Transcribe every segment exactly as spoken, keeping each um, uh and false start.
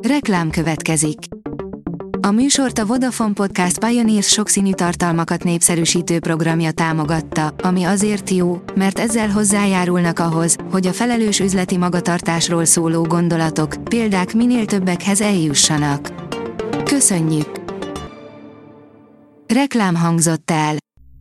Reklám következik. A műsort a Vodafone Podcast Pioneers sokszínű tartalmakat népszerűsítő programja támogatta, ami azért jó, mert ezzel hozzájárulnak ahhoz, hogy a felelős üzleti magatartásról szóló gondolatok, példák minél többekhez eljussanak. Köszönjük! Reklám hangzott el.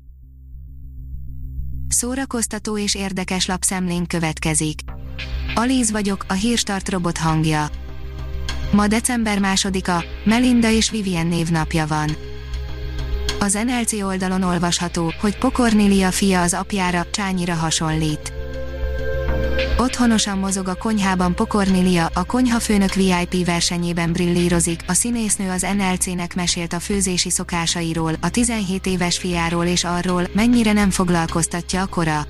Szórakoztató és érdekes lapszemlénk következik. Alíz vagyok, a Hírstart robot hangja. Ma december másodika, Melinda és Vivien névnapja van. Az en el cé oldalon olvasható, hogy Pokornélia fia az apjára, Csányira hasonlít. Otthonosan mozog a konyhában Pokornélia, a konyhafőnök vé i pé versenyében brillírozik, a színésznő az en el cének mesélt a főzési szokásairól, a tizenhét éves fiáról és arról, mennyire nem foglalkoztatja a kora.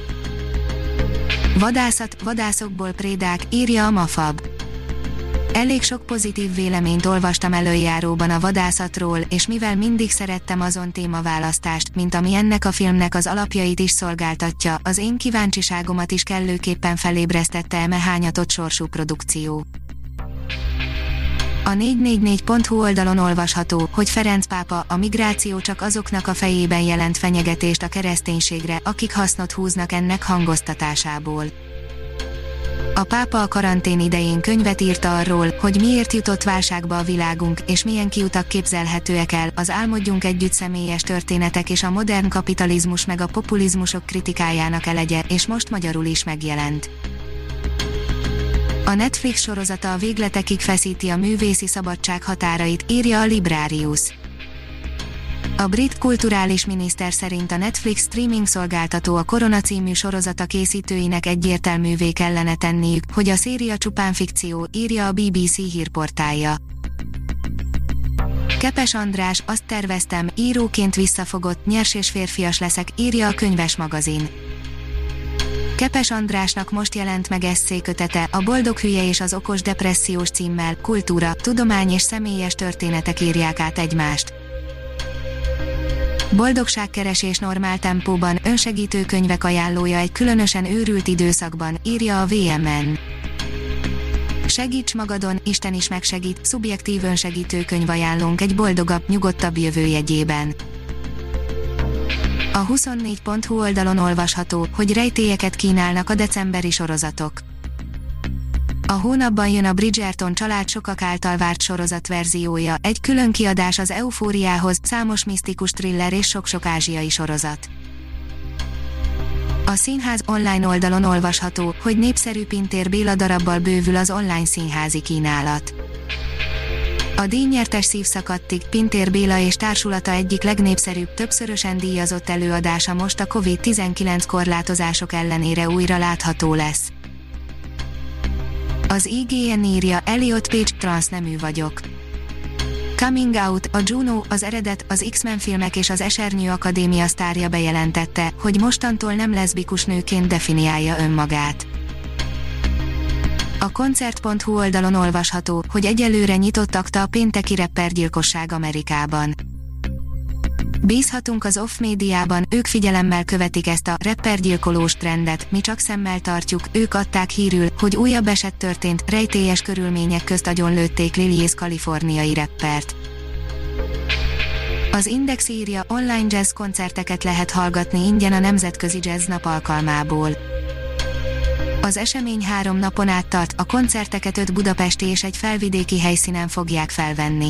Vadászat, vadászokból prédák, írja a Mafab. Elég sok pozitív véleményt olvastam előjáróban a vadászatról, és mivel mindig szerettem azon témaválasztást, mint ami ennek a filmnek az alapjait is szolgáltatja, az én kíváncsiságomat is kellőképpen felébresztette eme hányatott sorsú produkció. A négy négy négy pont hu oldalon olvasható, hogy Ferenc pápa, a migráció csak azoknak a fejében jelent fenyegetést a kereszténységre, akik hasznot húznak ennek hangoztatásából. A pápa a karantén idején könyvet írt arról, hogy miért jutott válságba a világunk, és milyen kiutak képzelhetőek el, az Álmodjunk együtt személyes történetek és a modern kapitalizmus meg a populizmusok kritikájának elegye, és most magyarul is megjelent. A Netflix sorozata a végletekig feszíti a művészi szabadság határait, írja a Librarius. A brit kulturális miniszter szerint a Netflix streaming szolgáltató a Korona című sorozata készítőinek egyértelművé kellene tenniük, hogy a széria csupán fikció, írja a bé bé cé hírportálja. Kepes András, azt terveztem, íróként visszafogott, nyers és férfias leszek, írja a Könyves magazin. Kepes Andrásnak most jelent meg esszékötete, a Boldog hülye és az okos depressziós címmel, kultúra, tudomány és személyes történetek írják át egymást. Boldogságkeresés normál tempóban, önsegítő könyvek ajánlója egy különösen őrült időszakban, írja a vé em en. Segíts magadon, Isten is megsegít, szubjektív önsegítő könyvajánlónk egy boldogabb, nyugodtabb jövő jegyében. A huszonnégy pont hu oldalon olvasható, hogy rejtélyeket kínálnak a decemberi sorozatok. A hónapban jön a Bridgerton család sokak által várt sorozatverziója, egy külön kiadás az eufóriához, számos misztikus thriller és sok-sok ázsiai sorozat. A színház online oldalon olvasható, hogy népszerű Pintér Béla darabbal bővül az online színházi kínálat. A díjnyertes Szívszakadtig, Pintér Béla és társulata egyik legnépszerűbb, többszörösen díjazott előadása most a kovid tizenkilenc korlátozások ellenére újra látható lesz. Az i gé en írja, Elliot Page, transznemű vagyok. Coming Out, a Juno, az Eredet, az X-Men filmek és az Esernyő Akadémia sztárja bejelentette, hogy mostantól nem leszbikus nőként definiálja önmagát. A koncert pont hu oldalon olvasható, hogy egyelőre nyitott akta a pénteki rappergyilkosság Amerikában. Bízhatunk az off médiában, ők figyelemmel követik ezt a rappergyilkolós trendet, mi csak szemmel tartjuk, ők adták hírül, hogy újabb eset történt, rejtélyes körülmények közt agyonlőtték Lil Yachty kaliforniai rappert. Az Index írja, online jazz koncerteket lehet hallgatni ingyen a Nemzetközi Jazz Nap alkalmából. Az esemény három napon át tart, a koncerteket öt budapesti és egy felvidéki helyszínen fogják felvenni.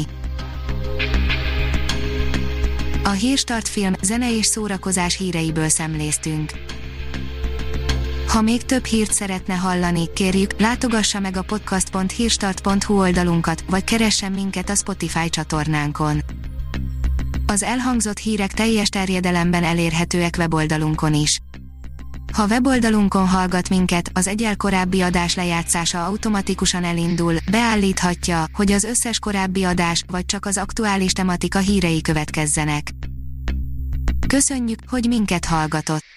A Hírstart film, zene és szórakozás híreiből szemléztünk. Ha még több hírt szeretne hallani, kérjük, látogassa meg a podcast pont hírstart pont hu oldalunkat, vagy keressen minket a Spotify csatornánkon. Az elhangzott hírek teljes terjedelemben elérhetőek weboldalunkon is. Ha weboldalunkon hallgat minket, az egyel korábbi adás lejátszása automatikusan elindul, beállíthatja, hogy az összes korábbi adás, vagy csak az aktuális tematika hírei következzenek. Köszönjük, hogy minket hallgatott!